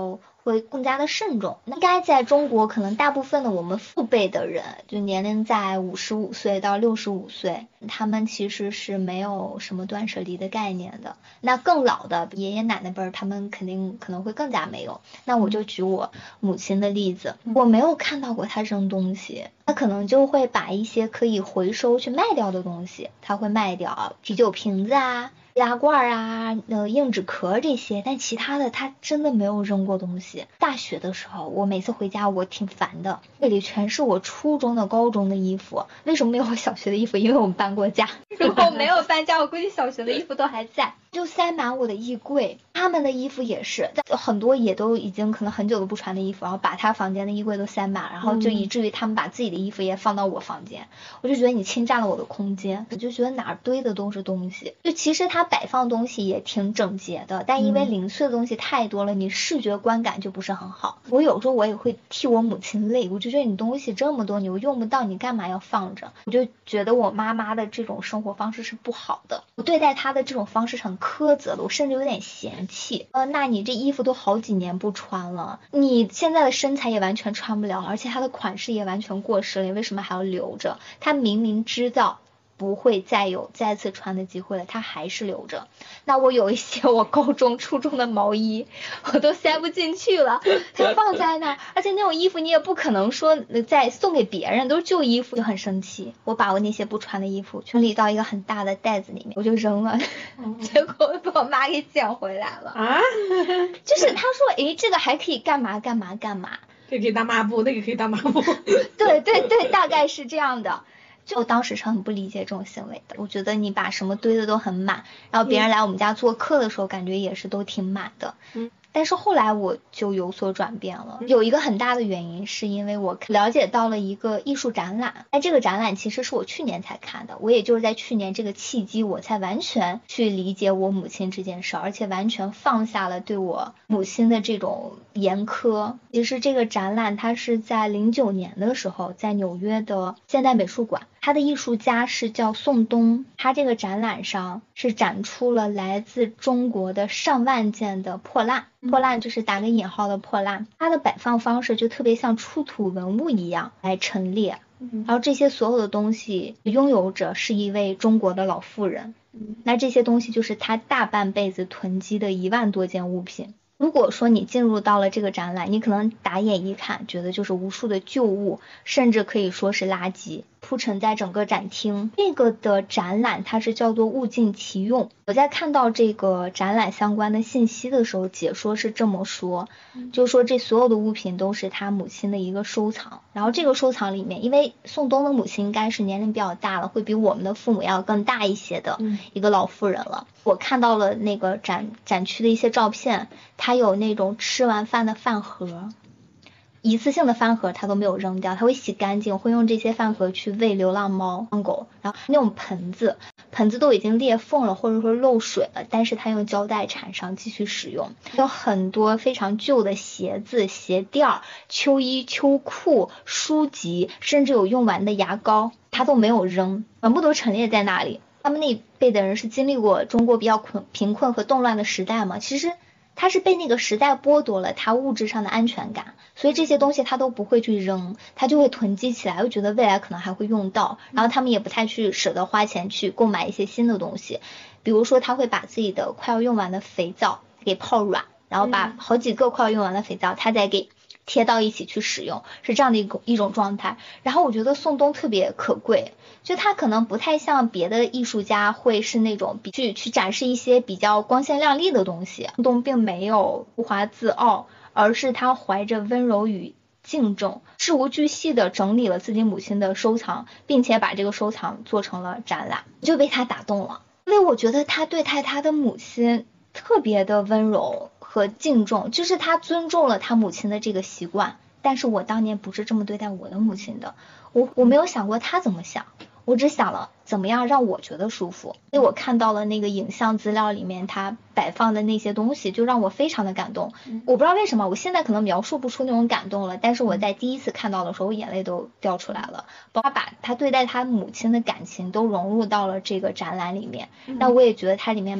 会更加的慎重。应该在中国，可能大部分的我们父辈的人，就年龄在五十五岁到六十五岁，他们其实是没有什么断舍离的概念的。那更老的爷爷奶奶辈儿，他们肯定可能会更加没有。那我就举我母亲的例子，我没有看到过她扔东西，她可能就会把一些可以回收去卖掉的东西，她会卖掉啤酒瓶子啊、易拉罐啊、呃硬纸壳这些，但其他的他真的没有扔过东西。大学的时候，我每次回家我挺烦的，这里全是我初中的、高中的衣服。为什么没有我小学的衣服？因为我们搬过家。如果没有搬家，我估计小学的衣服都还在，就塞满我的衣柜。他们的衣服也是，很多也都已经可能很久都不穿的衣服，然后把他房间的衣柜都塞满，然后就以至于他们把自己的衣服也放到我房间。我就觉得你侵占了我的空间，我就觉得哪儿堆的都是东西。就其实他摆放东西也挺整洁的，但因为零碎的东西太多了，你视觉观感就不是很好。我有时候我也会替我母亲累，我就觉得你东西这么多，你又用不到，你干嘛要放着？我就觉得我妈妈的这种生活方式是不好的，我对待她的这种方式是很苛责的，我甚至有点嫌弃。呃，那你这衣服都好几年不穿了，你现在的身材也完全穿不了，而且它的款式也完全过时了，你为什么还要留着？她明明知道不会再有再次穿的机会了，他还是留着。那我有一些我高中初中的毛衣我都塞不进去了，它放在那儿，而且那种衣服你也不可能说再送给别人，都是旧衣服，就很生气。我把我那些不穿的衣服全理到一个很大的袋子里面，我就扔了，结果被我妈给捡回来了啊。就是她说诶这个还可以干嘛干嘛干嘛， 这可以当抹布，那个可以当抹布。 对对对，大概是这样的。就我当时是很不理解这种行为的，我觉得你把什么堆的都很满，然后别人来我们家做客的时候感觉也是都挺满的。嗯，但是后来我就有所转变了，有一个很大的原因是因为我了解到了一个艺术展览。哎，这个展览其实是我去年才看的，我也就是在去年这个契机我才完全去理解我母亲这件事，而且完全放下了对我母亲的这种严苛。其实这个展览它是在零九年的时候在纽约的现代美术馆，他的艺术家是叫宋冬，他这个展览上是展出了来自中国的上万件的破烂，破烂就是打个引号的破烂，它的摆放方式就特别像出土文物一样来陈列，然后这些所有的东西拥有者是一位中国的老妇人，那这些东西就是他大半辈子囤积的一万多件物品。如果说你进入到了这个展览，你可能打眼一看觉得就是无数的旧物，甚至可以说是垃圾铺陈在整个展厅。这个的展览它是叫做物尽其用。我在看到这个展览相关的信息的时候，解说是这么说，就是说这所有的物品都是他母亲的一个收藏，然后这个收藏里面，因为宋冬的母亲应该是年龄比较大了，会比我们的父母要更大一些的一个老妇人了。我看到了那个展展区的一些照片，他有那种吃完饭的饭盒，一次性的饭盒他都没有扔掉，他会洗干净，会用这些饭盒去喂流浪猫、狗。然后那种盆子，盆子都已经裂缝了，或者说漏水了，但是他用胶带缠上继续使用。有很多非常旧的鞋子、鞋垫、秋衣、秋裤、书籍，甚至有用完的牙膏，他都没有扔，全部都陈列在那里。他们那一辈的人是经历过中国比较困贫困和动乱的时代嘛，其实他是被那个时代剥夺了他物质上的安全感，所以这些东西他都不会去扔，他就会囤积起来，又觉得未来可能还会用到，然后他们也不太去舍得花钱去购买一些新的东西。比如说他会把自己的快要用完的肥皂给泡软，然后把好几个快要用完的肥皂他再给贴到一起去使用，是这样的一个一种状态。然后我觉得宋冬特别可贵，就他可能不太像别的艺术家会是那种去去展示一些比较光鲜亮丽的东西，宋冬并没有浮华自傲，而是他怀着温柔与敬重，事无巨细的整理了自己母亲的收藏，并且把这个收藏做成了展览，就被他打动了。因为我觉得他对待他的母亲特别的温柔和敬重，就是他尊重了他母亲的这个习惯。但是我当年不是这么对待我的母亲的，我我没有想过他怎么想，我只想了怎么样让我觉得舒服。所以我看到了那个影像资料里面他摆放的那些东西，就让我非常的感动。我不知道为什么我现在可能描述不出那种感动了，但是我在第一次看到的时候我眼泪都掉出来了。他把他对待他母亲的感情都融入到了这个展览里面，那我也觉得它里面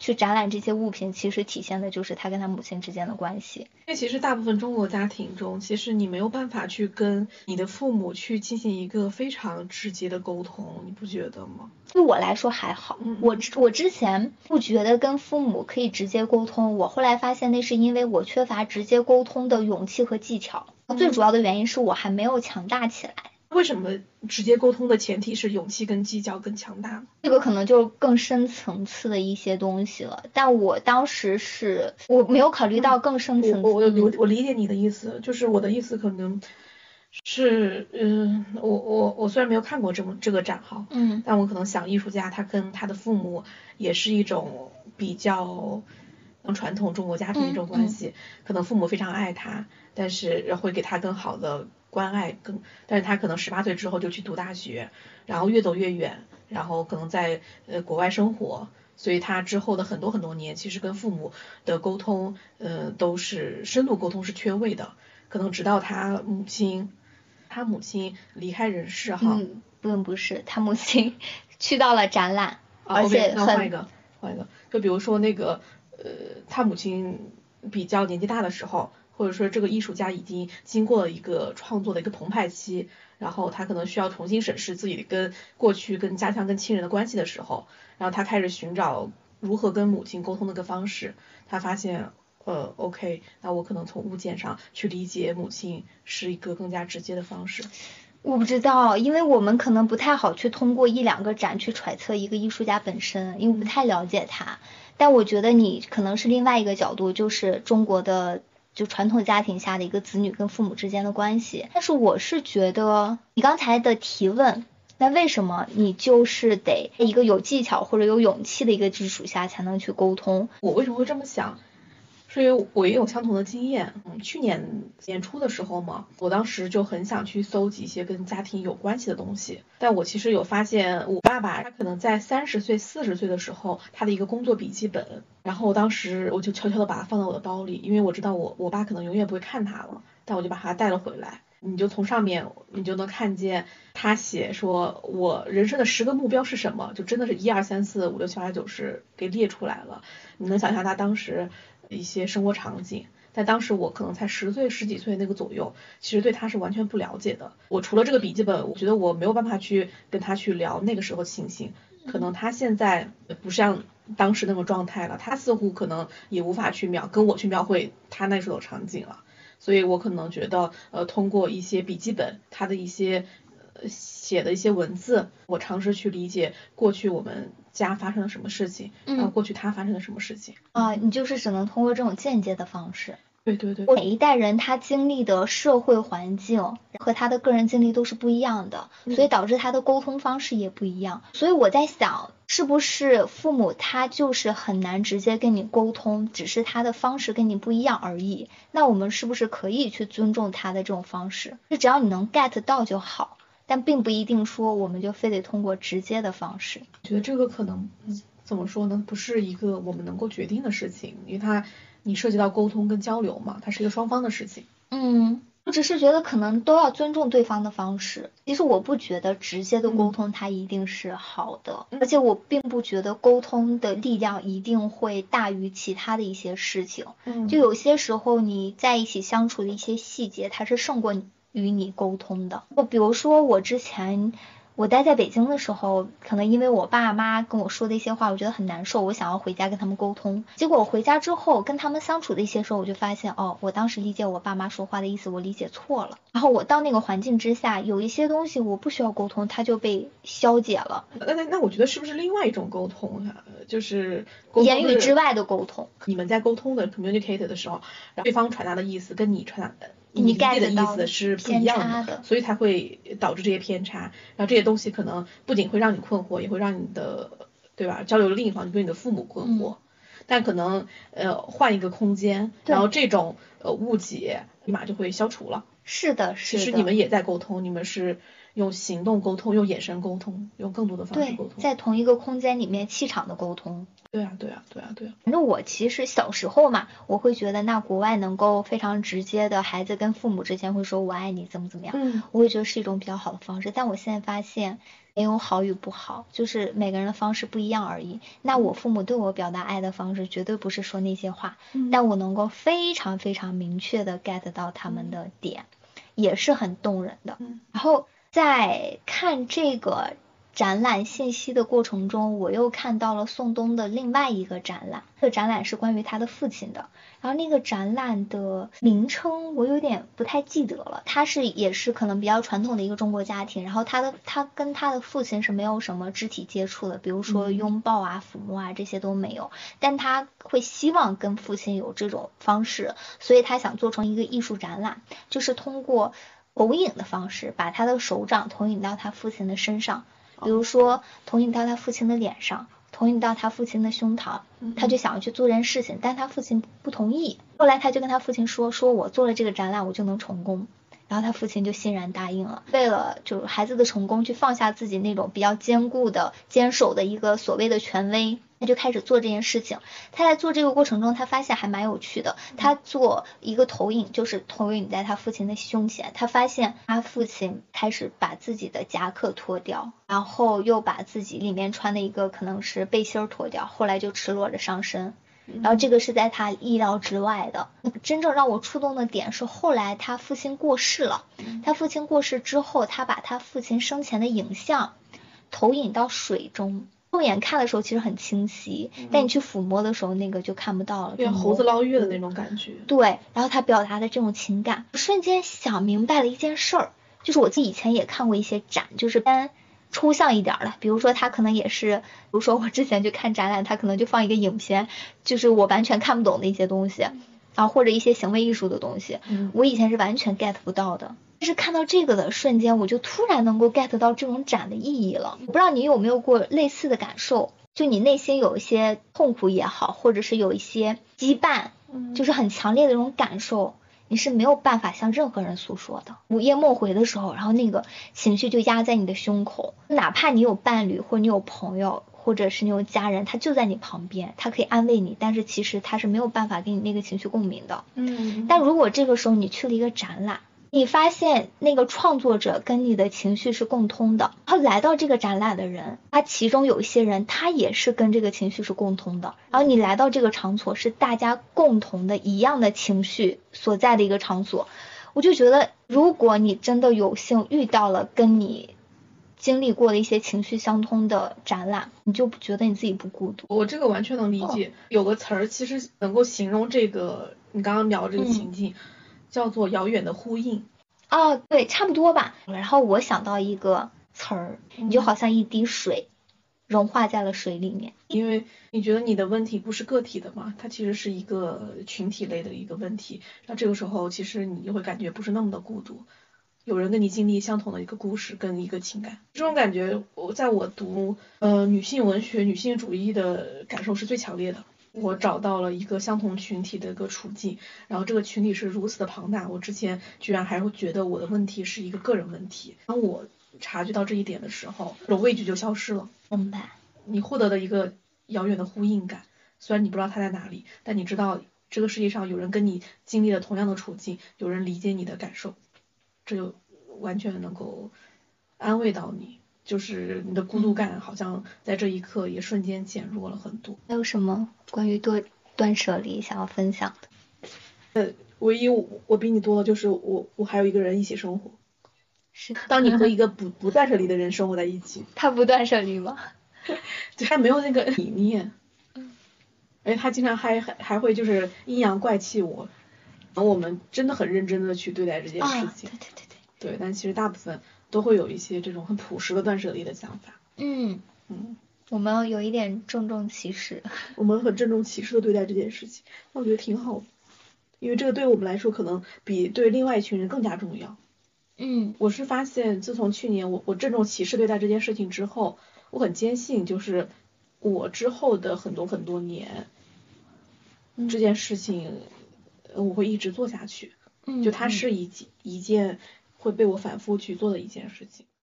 去展览这些物品，其实体现的就是他跟他母亲之间的关系。 因为其实大部分中国家庭中，其实你没有办法去跟你的父母去进行一个非常直接的沟通，你不觉得吗？ 对我来说还好， 嗯我我之前不觉得跟父母可以直接沟通，我后来发现那是因为我缺乏直接沟通的勇气和技巧， 嗯最主要的原因是我还没有强大起来。 为什么直接沟通的前提是勇气跟技巧更强大呢？ 这个可能就是更深层次的一些东西了，但我当时是我没有考虑到更深层次的、 嗯、我我我我理解你的意思，就是我的意思可能是，嗯，我我我虽然没有看过这么这个展哈， 嗯， 但我可能想艺术家他跟他的父母也是一种比较传统中国家庭的一种关系， 嗯嗯、 可能父母非常爱他，但是会给他更好的关爱，更，但是他可能十八岁之后就去读大学，然后越走越远，然后可能在呃国外生活，所以他之后的很多很多年，其实跟父母的沟通，呃，都是深度沟通是缺位的，可能直到他母亲。他母亲离开人世哈， 嗯，不不是，他母亲去到了展览， 啊、 而且 okay, 那换一个，换一个，就比如说那个，呃，他母亲比较年纪大的时候，或者说这个艺术家已经经过了一个创作的一个澎湃期，然后他可能需要重新审视自己跟过去跟家乡跟亲人的关系的时候，然后他开始寻找如何跟母亲沟通的一个方式，他发现。呃 ，OK， 那我可能从物件上去理解母亲是一个更加直接的方式。 我不知道，因为我们可能不太好去通过一两个展去揣测一个艺术家本身，因为不太了解他。但我觉得你可能是另外一个角度，就是中国的就传统家庭下的一个子女跟父母之间的关系。但是我是觉得你刚才的提问，那为什么你就是得一个有技巧或者有勇气的一个基础下才能去沟通？ 我为什么会这么想？是因为我也有相同的经验，嗯，去年年初的时候嘛，我当时就很想去搜集一些跟家庭有关系的东西，但我其实有发现，我爸爸他可能在三十岁、四十岁的时候，他的一个工作笔记本，然后我当时我就悄悄的把它放到我的包里，因为我知道我我爸可能永远不会看它了，但我就把它带了回来。你就从上面你就能看见他写说我人生的十个目标是什么，就真的是一二三四五六七八九十给列出来了。你能想象他当时一些生活场景，但当时我可能才十岁十几岁那个左右，其实对他是完全不了解的。我除了这个笔记本，我觉得我没有办法去跟他去聊那个时候情形，可能他现在不像当时那个状态了，他似乎可能也无法去描跟我去描绘他那时候的场景了。所以我可能觉得，呃，通过一些笔记本，它的一些呃写的一些文字，我尝试去理解过去我们家发生了什么事情， 嗯、 然后过去他发生了什么事情。 啊，你就是只能通过这种间接的方式。 对对对， 每一代人他经历的社会环境和他的个人经历都是不一样的，所以导致他的沟通方式也不一样。所以我在想，是不是父母他就是很难直接跟你沟通，只是他的方式跟你不一样而已。那我们是不是可以去尊重他的这种方式？就只要你能 get 到就好，但并不一定说我们就非得通过直接的方式。 我觉得这个可能怎么说呢，不是一个我们能够决定的事情，因为它你涉及到沟通跟交流嘛，它是一个双方的事情。 嗯，我只是觉得可能都要尊重对方的方式。其实我不觉得直接的沟通它一定是好的， 嗯、 而且我并不觉得沟通的力量一定会大于其他的一些事情。 嗯， 就有些时候你在一起相处的一些细节，它是胜过于你沟通的。就比如说我之前。我待在北京的时候，可能因为我爸妈跟我说的一些话，我觉得很难受，我想要回家跟他们沟通。结果我回家之后跟他们相处的一些时候，我就发现，哦，我当时理解我爸妈说话的意思，我理解错了。然后我到那个环境之下，有一些东西我不需要沟通，它就被消解了。 那那那我觉得是不是另外一种沟通啊？就是沟通言语之外的沟通。 你们在沟通的 communicate 的时候，对方传达的意思跟你传达的。 你理解的意思是不一样的， 所以才会导致这些偏差。然后这些东西可能不仅会让你困惑，也会让你的，对吧？交流的另一方就跟你的父母困惑。嗯、但可能呃换一个空间，然后这种呃误解立马就会消除了。 是的，是的。 其实你们也在沟通，你们是用行动沟通，用眼神沟通，用更多的方式对， 沟通。 在同一个空间里面气场的沟通。 对啊，对啊，对啊，对啊。 反正我其实小时候嘛，我会觉得那国外能够非常直接的，孩子跟父母之间会说我爱你，怎么怎么样， 嗯， 我会觉得是一种比较好的方式。但我现在发现没有好与不好，就是每个人的方式不一样而已。那我父母对我表达爱的方式绝对不是说那些话， 嗯， 但我能够非常非常明确的 get 到他们的点，嗯，也是很动人的。 嗯， 然后在看这个展览信息的过程中，我又看到了宋冬的另外一个展览，这个展览是关于他的父亲的，然后那个展览的名称我有点不太记得了，他是也是可能比较传统的一个中国家庭，然后他的他跟他的父亲是没有什么肢体接触的，比如说拥抱啊、抚摸啊这些都没有，但他会希望跟父亲有这种方式，所以他想做成一个艺术展览，就是通过投影的方式把他的手掌投影到他父亲的身上，比如说投影到他父亲的脸上，投影到他父亲的胸膛，他就想要去做这件事情，但他父亲不同意。后来他就跟他父亲说，说我做了这个展览我就能成功，然后他父亲就欣然答应了。为了就是孩子的成功，去放下自己那种比较坚固的坚守的一个所谓的权威，他就开始做这件事情。他在做这个过程中，他发现还蛮有趣的。他做一个投影，就是投影在他父亲的胸前，他发现他父亲开始把自己的夹克脱掉，然后又把自己里面穿的一个可能是背心脱掉，后来就赤裸着上身。然后这个是在他意料之外的。真正让我触动的点是后来他父亲过世了，他父亲过世之后，他把他父亲生前的影像投影到水中，肉眼看的时候其实很清晰，但你去抚摸的时候那个就看不到了， 对，猴子捞月的那种感觉。 对，然后他表达的这种情感，瞬间想明白了一件事儿，就是我自己以前也看过一些展，就是单抽象一点的，比如说他可能也是，比如说我之前去看展览，他可能就放一个影片，就是我完全看不懂的一些东西，然后或者一些行为艺术的东西，我以前是完全 get 不到的。但是看到这个的瞬间，我就突然能够 get 到这种展的意义了。我不知道你有没有过类似的感受，就你内心有一些痛苦也好，或者是有一些羁绊，就是很强烈的这种感受，你是没有办法向任何人诉说的。午夜梦回的时候，然后那个情绪就压在你的胸口，哪怕你有伴侣，或者你有朋友，或者是你有家人，他就在你旁边，他可以安慰你，但是其实他是没有办法给你那个情绪共鸣的。 嗯， 但如果这个时候你去了一个展览，你发现那个创作者跟你的情绪是共通的，然后来到这个展览的人，他其中有一些人他也是跟这个情绪是共通的，然后你来到这个场所是大家共同的一样的情绪所在的一个场所，我就觉得如果你真的有幸遇到了跟你经历过的一些情绪相通的展览，你就觉得你自己不孤独。 我这个完全能理解，哦，有个词儿其实能够形容这个你刚刚描这个情境，嗯，叫做遥远的呼应。 哦，对，差不多吧。然后我想到一个词儿，你就好像一滴水，融化在了水里面。 因为你觉得你的问题不是个体的嘛，它其实是一个群体类的一个问题。那这个时候，其实你就会感觉不是那么的孤独，有人跟你经历相同的一个故事跟一个情感。这种感觉，我在我读呃女性文学、女性主义的感受是最强烈的。我找到了一个相同群体的一个处境，然后这个群体是如此的庞大，我之前居然还会觉得我的问题是一个个人问题。当我察觉到这一点的时候，这种畏惧就消失了。 明白。 你获得的一个遥远的呼应感，虽然你不知道它在哪里，但你知道这个世界上有人跟你经历了同样的处境，有人理解你的感受，这就完全能够安慰到你。就是你的孤独感好像在这一刻也瞬间减弱了很多。 还有什么关于断断舍离想要分享的？ 呃，唯一我我比你多的就是我我还有一个人一起生活。 是。 当你和一个不不断舍离的人生活在一起， 他不断舍离吗？ 他没有那个理念，而且他经常还还还会就是阴阳怪气我，然后我们真的很认真的去对待这件事情。 啊，对对对对。对，但其实大部分都会有一些这种很朴实的断舍离的想法。 嗯嗯，我们有一点郑重其事。 我们很郑重其事的对待这件事情，那我觉得挺好的，因为这个对我们来说可能比对另外一群人更加重要。 嗯， 我是发现自从去年我我郑重其事对待这件事情之后，我很坚信就是我之后的很多很多年，嗯，这件事情我会一直做下去。嗯，就它是一一件会被我反复去做的一件事情。